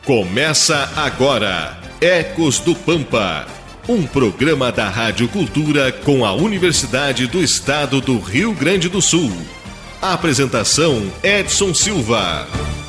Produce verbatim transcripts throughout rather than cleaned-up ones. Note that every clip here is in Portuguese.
Começa agora, Ecos do Pampa, um programa da Rádio Cultura com a Universidade do Estado do Rio Grande do Sul. A apresentação, Edson Silva.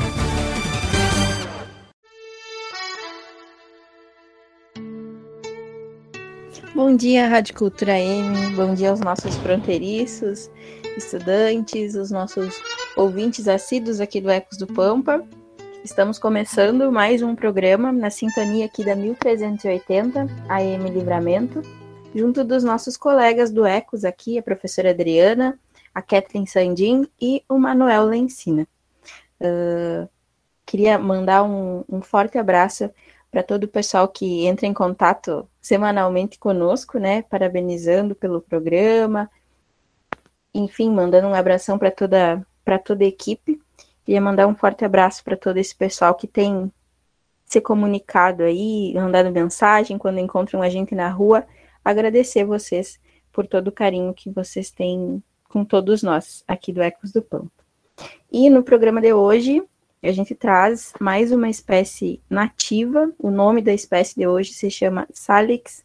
Bom dia, Rádio Cultura M, bom dia aos nossos fronteiriços, estudantes, os nossos ouvintes assíduos aqui do Ecos do Pampa. Estamos começando mais um programa na sintonia aqui da mil trezentos e oitenta, A M Livramento, junto dos nossos colegas do Ecos aqui, a professora Adriana, a Kathleen Sandin e o Manuel Lencina. Uh, queria mandar um, um forte abraço para todo o pessoal que entra em contato semanalmente conosco, né, parabenizando pelo programa, enfim, mandando um abração para toda, para toda a equipe. Queria mandar um forte abraço para todo esse pessoal que tem se comunicado aí, mandado mensagem quando encontram a gente na rua. Agradecer vocês por todo o carinho que vocês têm com todos nós aqui do Ecos do Pampa. E no programa de hoje, a gente traz mais uma espécie nativa. O nome da espécie de hoje se chama Salix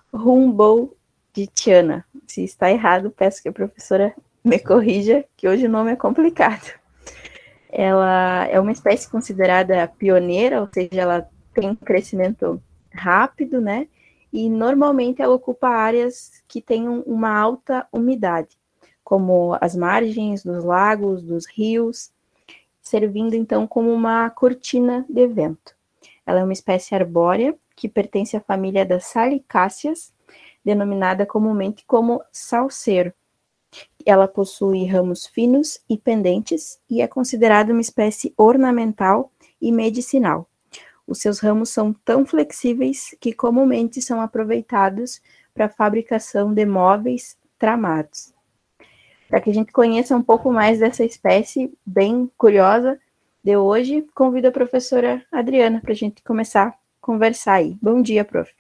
humboldtiana. Se está errado, peço que a professora me corrija, que hoje o nome é complicado. Ela é uma espécie considerada pioneira, ou seja, ela tem um crescimento rápido, né? E normalmente ela ocupa áreas que tenham uma alta umidade, como as margens dos lagos, dos rios, servindo então como uma cortina de vento. Ela é uma espécie arbórea que pertence à família das salicáceas, denominada comumente como salseiro. Ela possui ramos finos e pendentes e é considerada uma espécie ornamental e medicinal. Os seus ramos são tão flexíveis que comumente são aproveitados para a fabricação de móveis tramados. Para que a gente conheça um pouco mais dessa espécie bem curiosa de hoje, convido a professora Adriana para a gente começar a conversar aí. Bom dia, prof.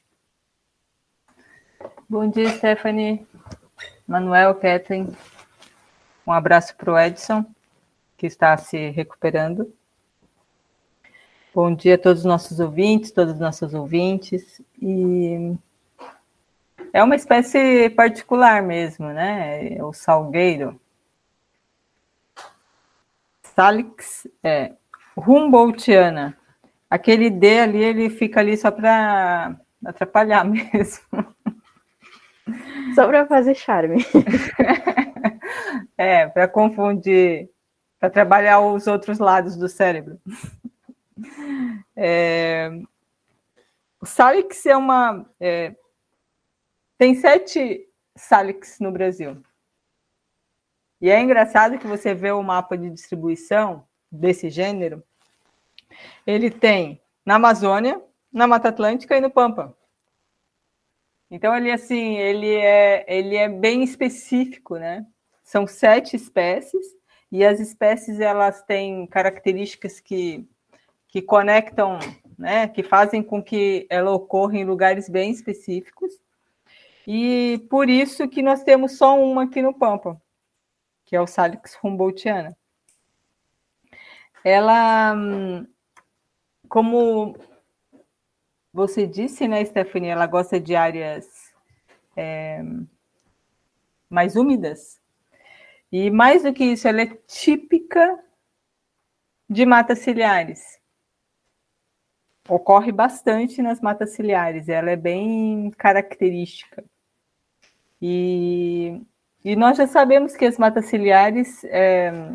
Bom dia, Stephanie, Manuel, Kathleen. Um abraço para o Edson, que está se recuperando. Bom dia a todos os nossos ouvintes, todas as nossas ouvintes. E é uma espécie particular mesmo, né? O salgueiro. Salix é humboldtiana. Aquele D ali, ele fica ali só para atrapalhar mesmo. Só para fazer charme. É, para confundir, para trabalhar os outros lados do cérebro. É, o Salix é uma... É, tem sete Salix no Brasil. E é engraçado que você vê o mapa de distribuição desse gênero. Ele tem na Amazônia, na Mata Atlântica e no Pampa. Então, ele, assim, ele, é, ele é bem específico, né? São sete espécies, e as espécies elas têm características que, que conectam, né? Que fazem com que ela ocorra em lugares bem específicos. E por isso que nós temos só uma aqui no Pampa, que é o Salix humboldtiana. Ela, como você disse, né, Stephanie, ela gosta de áreas é, mais úmidas. E mais do que isso, ela é típica de matas ciliares. Ocorre bastante nas matas ciliares, ela é bem característica. E, e nós já sabemos que as matas ciliares é,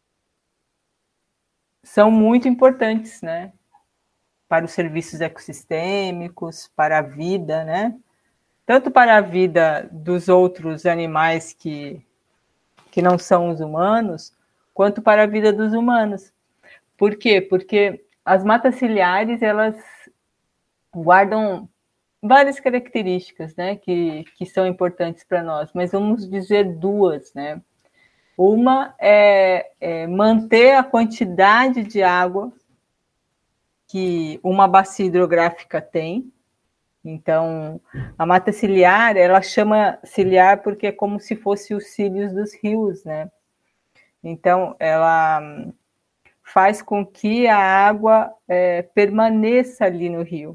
são muito importantes, né? Para os serviços ecossistêmicos, para a vida, né? Tanto para a vida dos outros animais que, que não são os humanos, quanto para a vida dos humanos. Por quê? Porque as matas ciliares, elas guardam várias características, né, que, que são importantes para nós, mas vamos dizer duas, né? Uma é, é manter a quantidade de água que uma bacia hidrográfica tem. Então, a mata ciliar, ela chama ciliar porque é como se fosse os cílios dos rios, né? Então, ela faz com que a água é, permaneça ali no rio.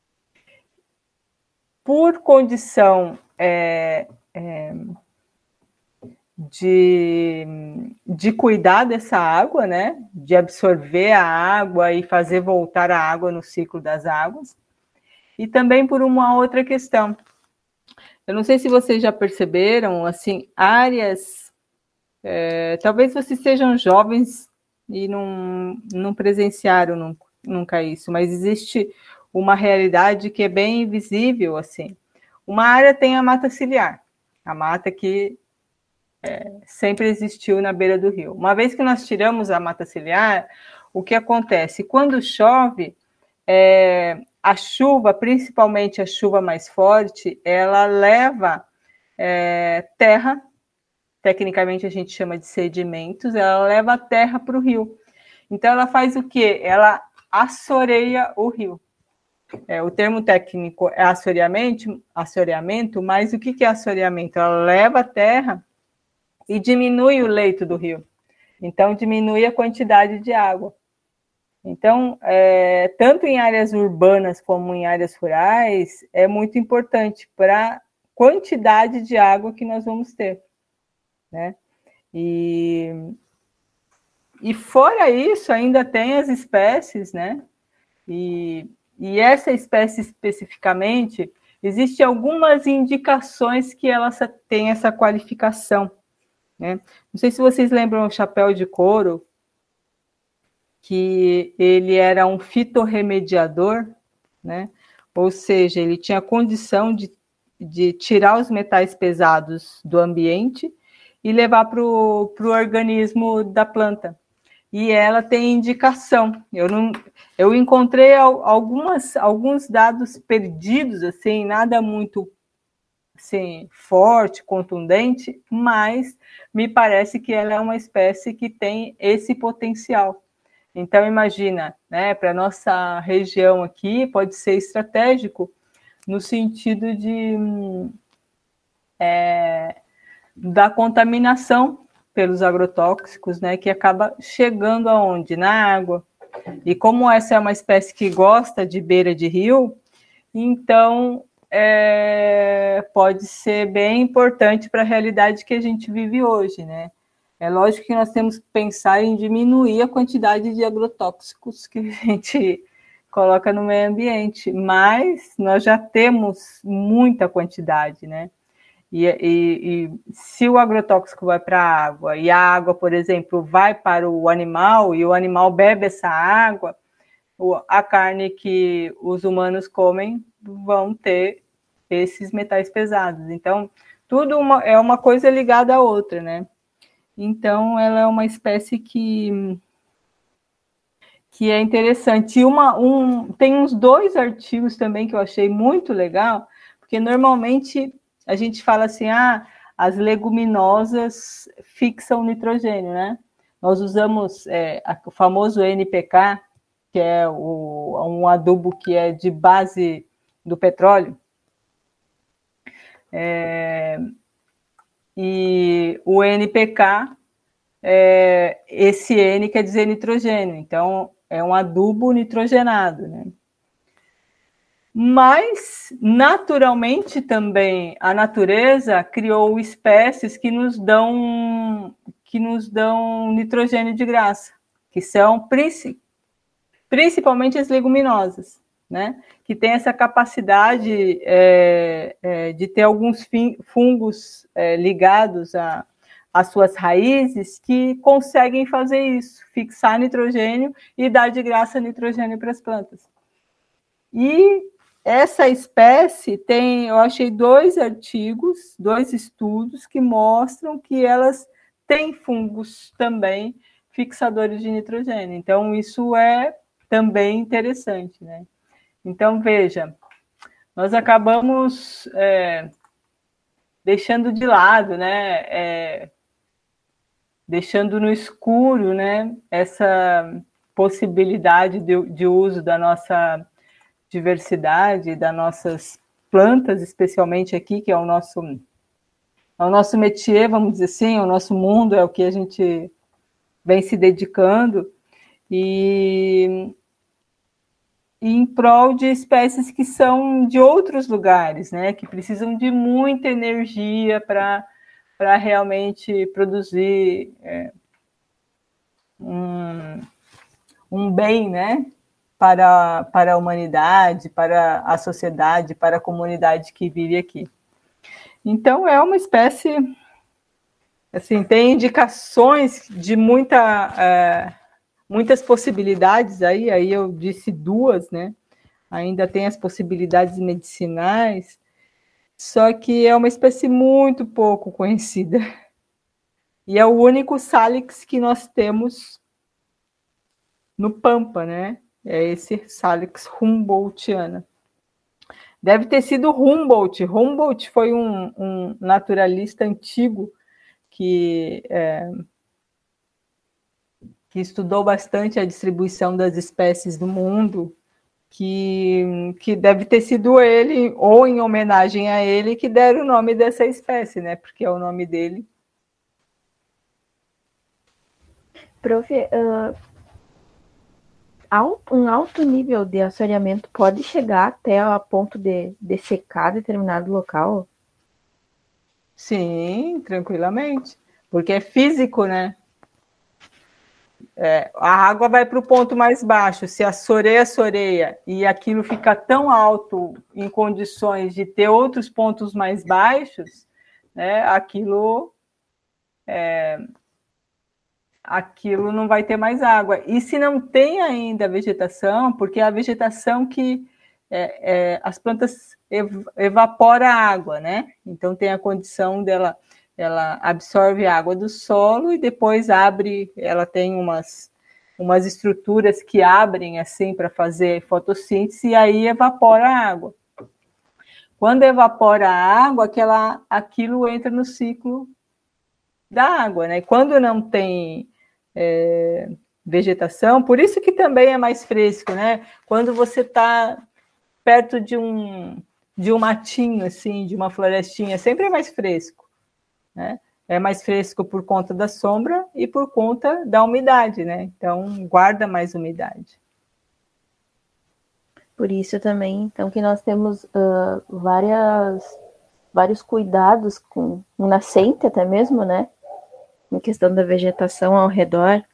Por condição é, é, de, de cuidar dessa água, né? De absorver a água e fazer voltar a água no ciclo das águas, e também por uma outra questão. Eu não sei se vocês já perceberam, assim, áreas... É, talvez vocês sejam jovens e não, não presenciaram nunca, nunca isso, mas existe uma realidade que é bem visível, assim. Uma área tem a mata ciliar, a mata que é, sempre existiu na beira do rio. Uma vez que nós tiramos a mata ciliar, o que acontece? Quando chove, é, a chuva, principalmente a chuva mais forte, ela leva é, terra, tecnicamente a gente chama de sedimentos, ela leva a terra para o rio. Então ela faz o quê? Ela assoreia o rio. É, o termo técnico é assoreamento, assoreamento, mas o que é assoreamento? Ela leva a terra e diminui o leito do rio. Então diminui a quantidade de água. Então, é, tanto em áreas urbanas como em áreas rurais, é muito importante para a quantidade de água que nós vamos ter, né? E, e fora isso, ainda tem as espécies, né? E, e essa espécie especificamente, existem algumas indicações que ela tem essa qualificação, né? Não sei se vocês lembram o chapéu de couro, que ele era um fitorremediador, né? Ou seja, ele tinha a condição de, de tirar os metais pesados do ambiente e levar para o organismo da planta. E ela tem indicação. Eu, não, eu encontrei algumas, alguns dados perdidos, assim, nada muito assim, forte, contundente, mas me parece que ela é uma espécie que tem esse potencial. Então, imagina, né, para a nossa região aqui, pode ser estratégico no sentido de, é, da contaminação pelos agrotóxicos, né, que acaba chegando aonde? Na água. E como essa é uma espécie que gosta de beira de rio, então é, pode ser bem importante para a realidade que a gente vive hoje, né? É lógico que nós temos que pensar em diminuir a quantidade de agrotóxicos que a gente coloca no meio ambiente, mas nós já temos muita quantidade, né? E, e, e se o agrotóxico vai para a água, e a água, por exemplo, vai para o animal, e o animal bebe essa água, a carne que os humanos comem vão ter esses metais pesados. Então, tudo uma, é uma coisa ligada à outra, né? Então, ela é uma espécie que, que é interessante. E uma, um, tem uns dois artigos também que eu achei muito legal, porque normalmente a gente fala assim, ah, as leguminosas fixam nitrogênio, né? Nós usamos é, o famoso N P K, que é o, um adubo que é de base do petróleo. É... E o N P K, é, esse N quer dizer nitrogênio, então é um adubo nitrogenado, né? Mas, naturalmente também, a natureza criou espécies que nos dão, que nos dão nitrogênio de graça, que são principalmente as leguminosas, né? Que tem essa capacidade é, é, de ter alguns fungos é, ligados a, às suas raízes que conseguem fazer isso, fixar nitrogênio e dar de graça nitrogênio para as plantas. E essa espécie tem, eu achei dois artigos, dois estudos que mostram que elas têm fungos também fixadores de nitrogênio. Então, isso é também interessante, né? Então, veja, nós acabamos é, deixando de lado, né, é, deixando no escuro, né, essa possibilidade de, de uso da nossa diversidade, das nossas plantas, especialmente aqui, que é o nosso, é o nosso métier, vamos dizer assim, o nosso mundo, é o que a gente vem se dedicando. e, e em prol de espécies que são de outros lugares, né, que precisam de muita energia para para realmente produzir é, um, um bem, né, para, para a humanidade, para a sociedade, para a comunidade que vive aqui. Então, é uma espécie, assim, tem indicações de muita, é, muitas possibilidades aí, aí eu disse duas, né, ainda tem as possibilidades medicinais, só que é uma espécie muito pouco conhecida. E é o único Salix que nós temos no Pampa, né? É esse Salix humboldtiana. Deve ter sido Humboldt. Humboldt foi um, um naturalista antigo que, é, que estudou bastante a distribuição das espécies do mundo, que, que deve ter sido ele, ou em homenagem a ele, que deram o nome dessa espécie, né? Porque é o nome dele. Prof, uh, um alto nível de assoreamento pode chegar até a ponto de, de secar determinado local? Sim, tranquilamente. Porque é físico, né? É, a água vai para o ponto mais baixo, se assoreia, assoreia, e aquilo fica tão alto em condições de ter outros pontos mais baixos, né, aquilo, é, aquilo não vai ter mais água. E se não tem ainda vegetação, porque é a vegetação que é, é, as plantas ev- evapora a água, né? Então tem a condição dela... ela absorve a água do solo e depois abre, ela tem umas, umas estruturas que abrem assim para fazer fotossíntese e aí evapora a água. Quando evapora a água, aquela, aquilo entra no ciclo da água, né? Quando não tem é, vegetação, por isso que também é mais fresco, né? Quando você está perto de um, de um matinho, assim, de uma florestinha, sempre é mais fresco. Né? É mais fresco por conta da sombra e por conta da umidade, né? Então, guarda mais umidade. Por isso também, então, que nós temos uh, várias, vários cuidados com o nascente até mesmo, né? Na questão da vegetação ao redor.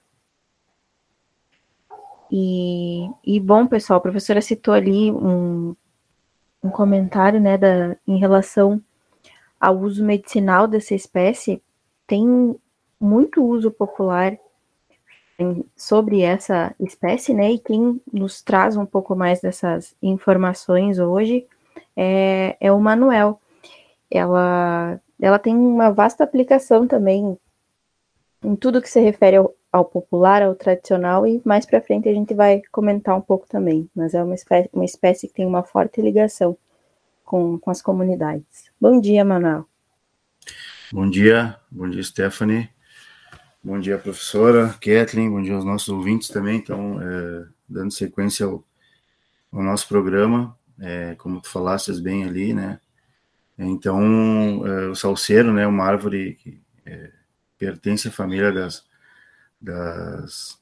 E, e bom, pessoal, a professora citou ali um, um comentário, né, da, em relação ao uso medicinal dessa espécie. Tem muito uso popular sobre essa espécie, né? E quem nos traz um pouco mais dessas informações hoje é, é o Manuel. Ela, ela tem uma vasta aplicação também em tudo que se refere ao, ao popular, ao tradicional, e mais para frente a gente vai comentar um pouco também. Mas é uma espécie, uma espécie que tem uma forte ligação com, com as comunidades. Bom dia, Manuel. Bom dia, bom dia, Stephanie. Bom dia, professora Kathleen. Bom dia aos nossos ouvintes também. Então, é, dando sequência ao, ao nosso programa, é, como tu falastes bem ali, né? Então, é, o salseiro, né, uma árvore que é, pertence à família das, das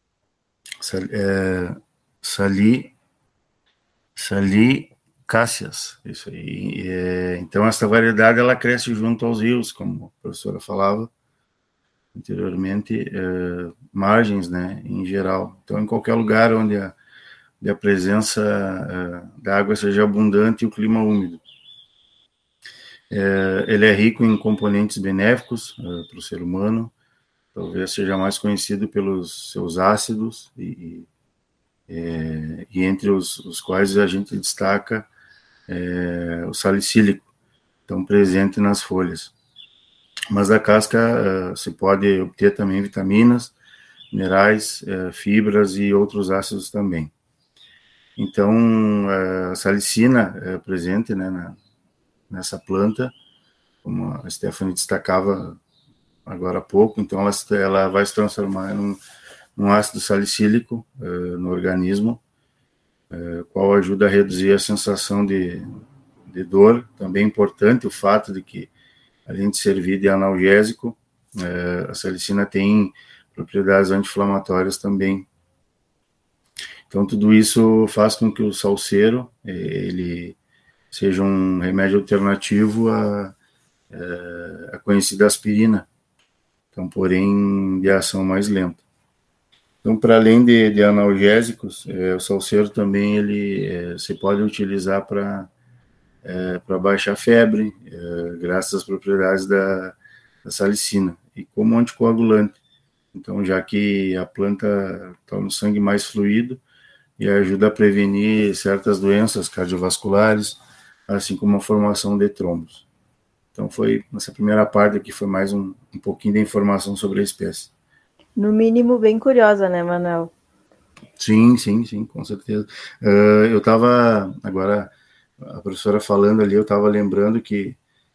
é, sali, sali Cássias, isso aí. É, então, essa variedade, ela cresce junto aos rios, como a professora falava anteriormente, é, margens, né, em geral. Então, em qualquer lugar onde a, onde a presença é, da água seja abundante e o clima úmido. É, ele é rico em componentes benéficos é, para o ser humano, talvez seja mais conhecido pelos seus ácidos, e, e, e entre os, os quais a gente destaca É, o salicílico, tão presente nas folhas. Mas da casca uh, se pode obter também vitaminas, minerais, uh, fibras e outros ácidos também. Então, uh, a salicina é presente, né, na, nessa planta, como a Stephanie destacava agora há pouco, então ela, ela vai se transformar num, num ácido salicílico uh, no organismo, Uh, qual ajuda a reduzir a sensação de, de dor. Também é importante o fato de que, além de servir de analgésico, uh, a salicina tem propriedades anti-inflamatórias também, Então, tudo isso faz com que o salseiro ele seja um remédio alternativo à, à conhecida aspirina, então, porém, de ação mais lenta. Então, para além de, de analgésicos, é, o salseiro também ele é, se pode utilizar para é, para baixar febre, é, graças às propriedades da, da salicina, e como anticoagulante. Então, já que a planta torna o sangue mais fluido e ajuda a prevenir certas doenças cardiovasculares, assim como a formação de trombos. Então, foi essa primeira parte aqui, foi mais um, um pouquinho de informação sobre a espécie. No mínimo, bem curiosa, né, Manuel? Sim, sim, sim, com certeza. Uh, eu estava, agora, a professora falando ali, eu estava lembrando que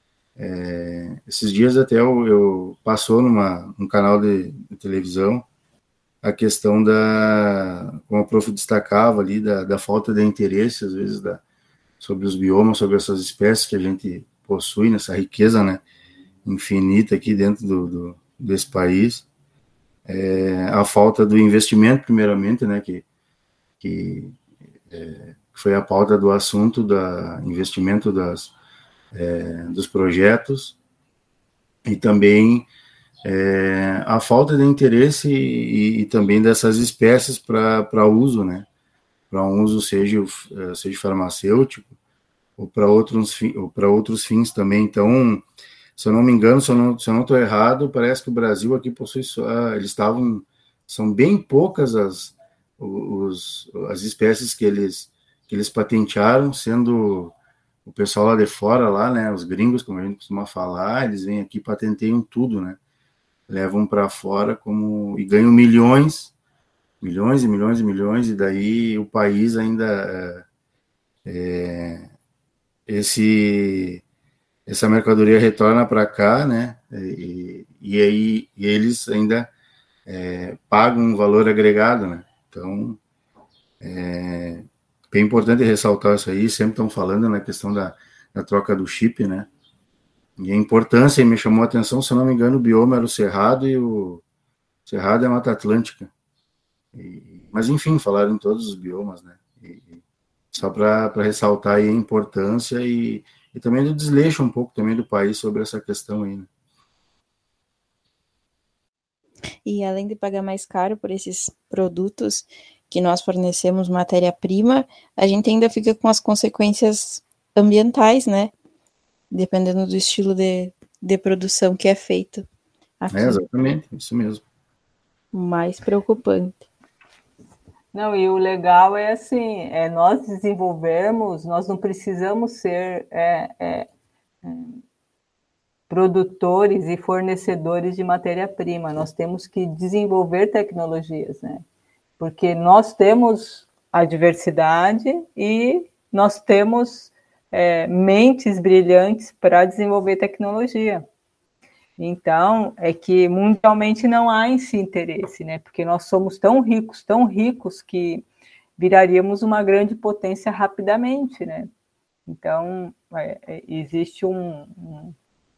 é, esses dias até eu, eu passou numa, num canal de, de televisão a questão da, como a prof destacava ali, da, da falta de interesse, às vezes, da, sobre os biomas, sobre essas espécies que a gente possui, nessa riqueza, né, infinita aqui dentro do, do, desse país. É, a falta do investimento, primeiramente, né, que, que é, foi a pauta do assunto, da investimento das, é, dos projetos, e também é, a falta de interesse e, e também dessas espécies para uso, né, para um uso seja, seja farmacêutico ou para outros, ou para outros fins também. Então, se eu não me engano, se eu não se eu não estou errado, parece que o Brasil aqui possui só, eles estavam, são bem poucas as, os, as espécies que eles, que eles patentearam, sendo o pessoal lá de fora, lá, né, os gringos, como a gente costuma falar, eles vêm aqui e patenteiam tudo, né, levam para fora como, e ganham milhões, milhões e milhões e milhões, e daí o país ainda, é, esse... essa mercadoria retorna para cá, né, e, e aí e eles ainda é, pagam um valor agregado, né, então é bem importante ressaltar isso aí, sempre estão falando na questão da, da troca do chip, né, e a importância, e me chamou a atenção, se eu não me engano, o bioma era o Cerrado, e o Cerrado é a Mata Atlântica, e, mas enfim, falaram em todos os biomas, né, e, só para ressaltar aí a importância e E também do desleixo um pouco também do país sobre essa questão aí, né? E além de pagar mais caro por esses produtos que nós fornecemos matéria-prima, a gente ainda fica com as consequências ambientais, né? Dependendo do estilo de, de produção que é feito aqui. É, exatamente, isso mesmo. Mais preocupante. Não, e o legal é assim, é nós desenvolvermos, nós não precisamos ser é, é, é, produtores e fornecedores de matéria-prima, nós temos que desenvolver tecnologias, né? Porque nós temos a diversidade e nós temos é, mentes brilhantes para desenvolver tecnologia. Então, é que mundialmente não há esse interesse, né? Porque nós somos tão ricos, tão ricos, que viraríamos uma grande potência rapidamente, né? Então, é, é, existe um, um,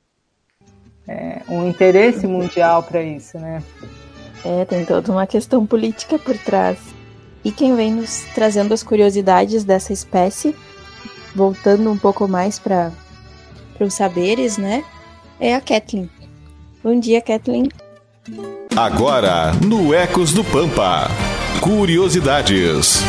é, um interesse mundial para isso, né? É, tem toda uma questão política por trás. E quem vem nos trazendo as curiosidades dessa espécie, voltando um pouco mais para os saberes, né? É a Kathleen. Bom dia, Kathleen. Agora, no Ecos do Pampa, curiosidades.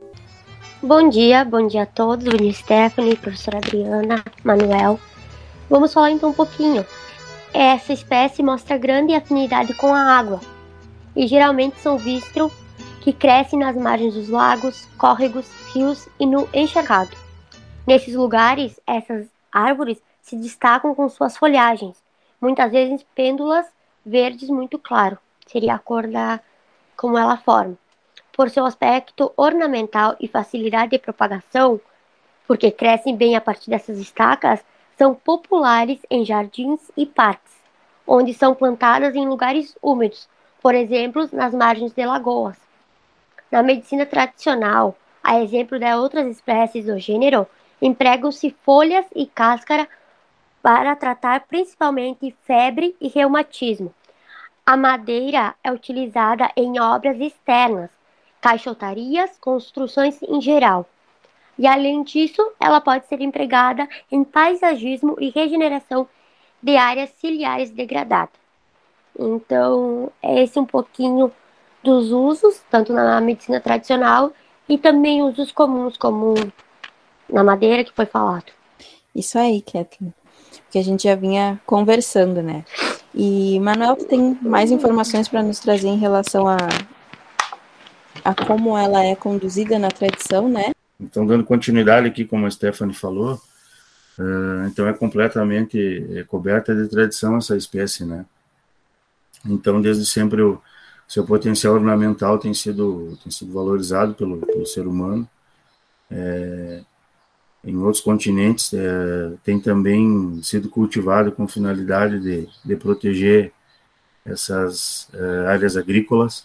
Bom dia, bom dia a todos. Bom dia, Stephanie, professora Adriana, Manuel. Vamos falar então um pouquinho. Essa espécie mostra grande afinidade com a água e geralmente são vistos que crescem nas margens dos lagos, córregos, rios e no encharcado. Nesses lugares, essas árvores se destacam com suas folhagens, muitas vezes pêndulas verdes muito claro, seria a cor da como ela forma. Por seu aspecto ornamental e facilidade de propagação, porque crescem bem a partir dessas estacas, são populares em jardins e parques, onde são plantadas em lugares úmidos, por exemplo, nas margens de lagoas. Na medicina tradicional, a exemplo de outras espécies do gênero, empregam-se folhas e cáscara para tratar principalmente febre e reumatismo. A madeira é utilizada em obras externas, caixotarias, construções em geral. E, além disso, ela pode ser empregada em paisagismo e regeneração de áreas ciliares degradadas. Então, é esse um pouquinho dos usos, tanto na medicina tradicional e também usos comuns, como na madeira, que foi falado. Isso aí, Kathleen, que a gente já vinha conversando, né? E, Manuel, tu tem mais informações para nos trazer em relação a, a como ela é conduzida na tradição, né? Então, dando continuidade aqui, como a Stephanie falou, uh, então é completamente é, coberta de tradição essa espécie, né? Então, desde sempre, o seu potencial ornamental tem sido, tem sido valorizado pelo, pelo ser humano. É, em outros continentes, é, tem também sido cultivado com finalidade de, de proteger essas é, áreas agrícolas.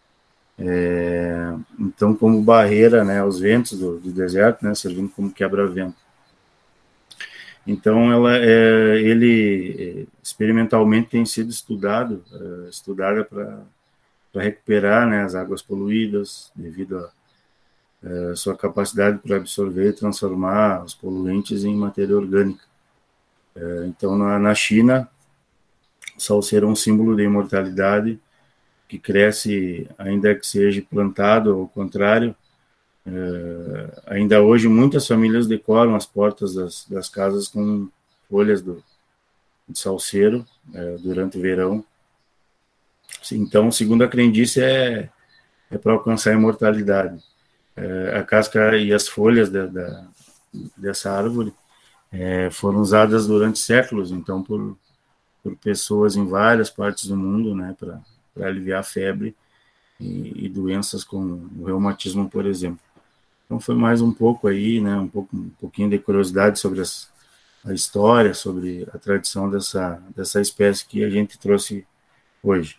É, então, como barreira, né, aos ventos do, do deserto, né, servindo como quebra-vento. Então, ela, é, ele experimentalmente tem sido estudado, é, estudada para recuperar, né, as águas poluídas, devido a é, sua capacidade para absorver e transformar os poluentes em matéria orgânica. É, então, na, na China, o salseiro é um símbolo de imortalidade que cresce, ainda que seja plantado, ao contrário. É, ainda hoje, muitas famílias decoram as portas das, das casas com folhas do, de salseiro é, durante o verão. Então, segundo a crendice, é, é para alcançar a imortalidade. É, a casca e as folhas da, da, dessa árvore é, foram usadas durante séculos, então, por, por pessoas em várias partes do mundo, né, para para aliviar a febre e, e doenças como o reumatismo, por exemplo. Então foi mais um pouco aí, né, um, pouco, um pouquinho de curiosidade sobre as, a história, sobre a tradição dessa, dessa espécie que a gente trouxe hoje.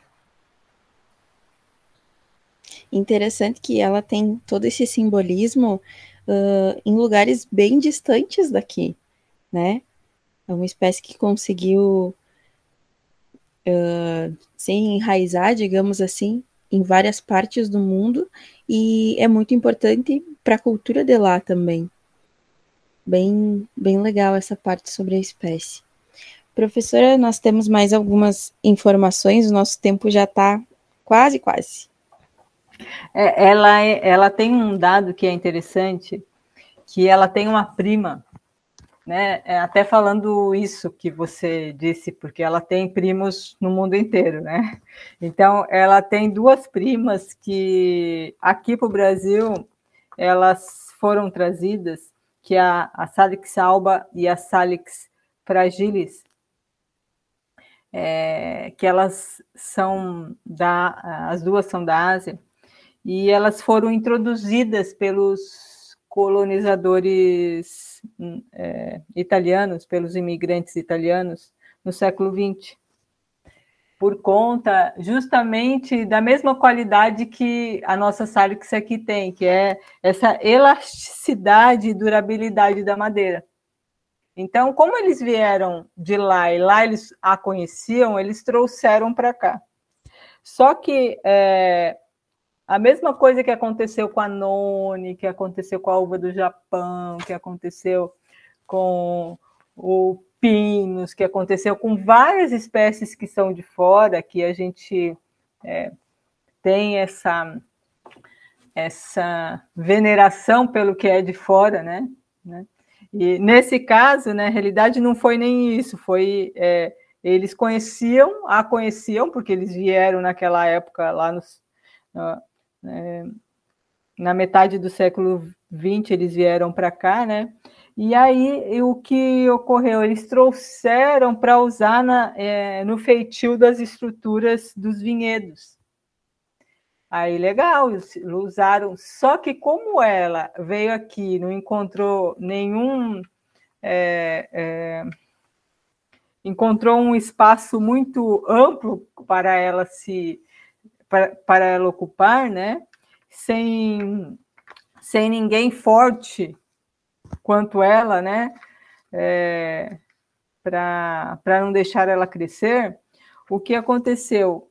Interessante que ela tem todo esse simbolismo uh, em lugares bem distantes daqui, né? É uma espécie que conseguiu Uh, se enraizar, digamos assim, em várias partes do mundo e é muito importante para a cultura de lá também. Bem, bem legal essa parte sobre a espécie. Professora, nós temos mais algumas informações, o nosso tempo já está quase, quase. É, ela, é, ela tem um dado que é interessante, que ela tem uma prima, né? Até falando isso que você disse, porque ela tem primos no mundo inteiro, né? Então, ela tem duas primas que aqui para o Brasil elas foram trazidas, que é a, a Salix alba e a Salix fragilis, é, que elas são da, as duas são da Ásia, e elas foram introduzidas pelos colonizadores é, italianos, pelos imigrantes italianos, no século vinte, por conta justamente da mesma qualidade que a nossa Salix aqui tem, que é essa elasticidade e durabilidade da madeira. Então, como eles vieram de lá e lá eles a conheciam, eles trouxeram para cá. Só que é, a mesma coisa que aconteceu com a noni, que aconteceu com a uva do Japão, que aconteceu com o pinus, que aconteceu com várias espécies que são de fora, que a gente é, tem essa, essa veneração pelo que é de fora, né? né? E nesse caso, na realidade, não foi nem isso, foi... É, eles conheciam, a conheciam, porque eles vieram naquela época lá nos... No, É, na metade do século vinte eles vieram para cá, né? E aí o que ocorreu? Eles trouxeram para usar na, é, no feitio das estruturas dos vinhedos. Aí legal, usaram. Só que como ela veio aqui, não encontrou nenhum, é, é, encontrou um espaço muito amplo para ela se Para, para ela ocupar, né? Sem, sem ninguém forte quanto ela, né? É, para não deixar ela crescer, o que aconteceu?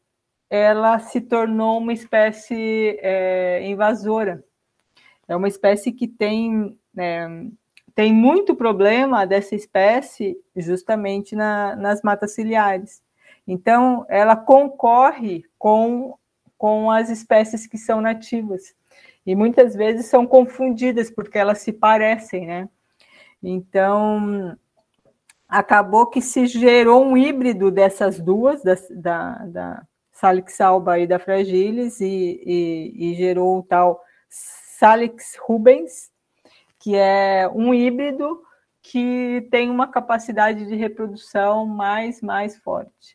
ela se tornou uma espécie é, invasora. É uma espécie que tem, é, tem muito problema dessa espécie justamente na, nas matas ciliares. Então, ela concorre com, com as espécies que são nativas. E muitas vezes são confundidas, porque elas se parecem, né? Então, acabou que se gerou um híbrido dessas duas, da, da, da Salix alba e da fragilis, e, e, e gerou o tal Salix rubens, que é um híbrido que tem uma capacidade de reprodução mais, mais forte.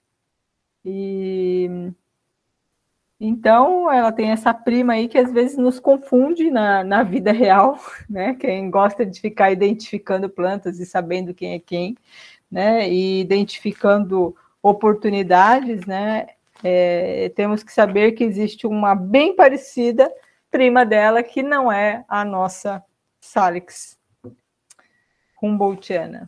E então ela tem essa prima aí que às vezes nos confunde na, na vida real, né? Quem gosta de ficar identificando plantas e sabendo quem é quem, né? E identificando oportunidades, né? É, temos que saber que existe uma bem parecida prima dela, que não é a nossa Salix humboldtiana.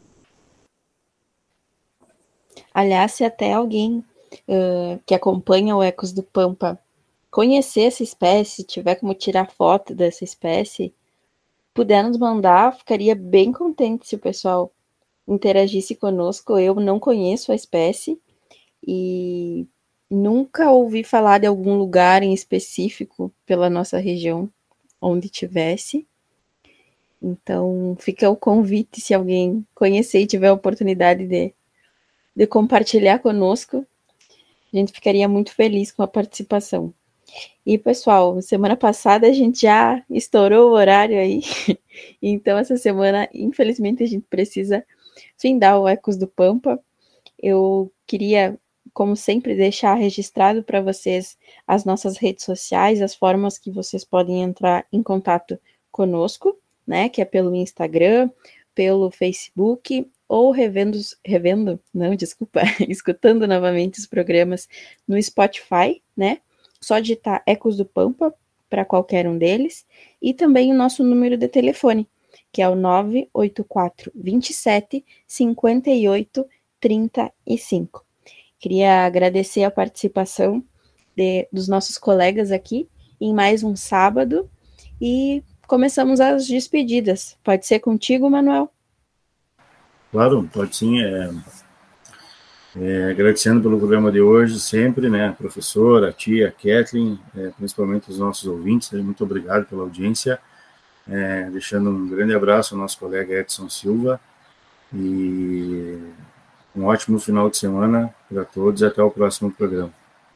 Aliás, se até alguém uh, que acompanha o Ecos do Pampa conhecer essa espécie, tiver como tirar foto dessa espécie, puder nos mandar, ficaria bem contente se o pessoal interagisse conosco. Eu não conheço a espécie e nunca ouvi falar de algum lugar em específico pela nossa região onde tivesse. Então, fica o convite, se alguém conhecer e tiver a oportunidade de, de compartilhar conosco, a gente ficaria muito feliz com a participação. E, pessoal, semana passada a gente já estourou o horário aí, então essa semana, infelizmente, a gente precisa findar o Ecos do Pampa. Eu queria, como sempre, deixar registrado para vocês as nossas redes sociais, as formas que vocês podem entrar em contato conosco, né, que é pelo Instagram, pelo Facebook, ou revendo, revendo, não, desculpa, escutando novamente os programas no Spotify, né, só digitar Ecos do Pampa para qualquer um deles, e também o nosso número de telefone, que é o nove oito quatro, dois sete, cinco oito, três cinco. Queria agradecer a participação de, dos nossos colegas aqui em mais um sábado e começamos as despedidas. Pode ser contigo, Manuel? Claro, pode sim. É, é, agradecendo pelo programa de hoje, sempre, né, a professora, a tia, a Kathleen, é, principalmente os nossos ouvintes, muito obrigado pela audiência. É, deixando um grande abraço ao nosso colega Edson Silva e um ótimo final de semana para todos e até o próximo programa.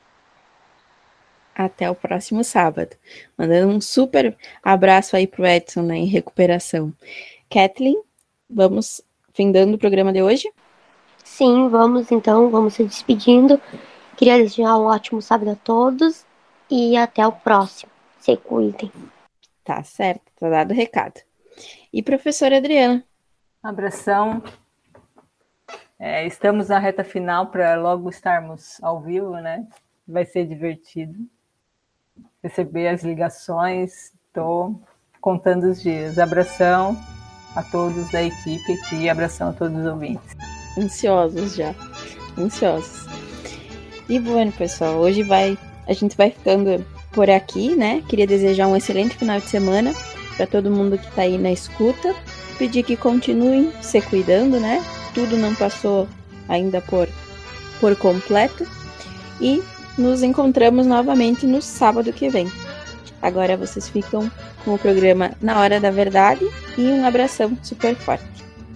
Até o próximo sábado. Mandando um super abraço aí pro Edson, né, em recuperação. Kathleen, vamos findando o programa de hoje? Sim, vamos então, vamos se despedindo. Queria desejar um ótimo sábado a todos e até o próximo. Se cuidem. Tá certo, tá dado o recado. E professora Adriana? Abração. É, estamos na reta final para logo estarmos ao vivo, né? Vai ser divertido receber as ligações. Estou contando os dias. Abração a todos da equipe aqui e abração a todos os ouvintes. Ansiosos já, ansiosos. E bueno, pessoal, hoje vai, a gente vai ficando por aqui, né? Queria desejar um excelente final de semana para todo mundo que está aí na escuta. Pedir que continuem se cuidando, né? Tudo não passou ainda por, por completo. E nos encontramos novamente no sábado que vem. Agora vocês ficam com o programa Na Hora da Verdade e um abração super forte.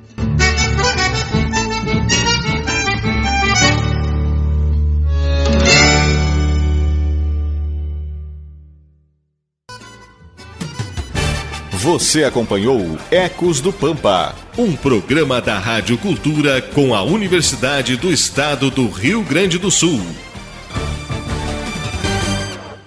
Você acompanhou Ecos do Pampa, um programa da Rádio Cultura com a Universidade do Estado do Rio Grande do Sul.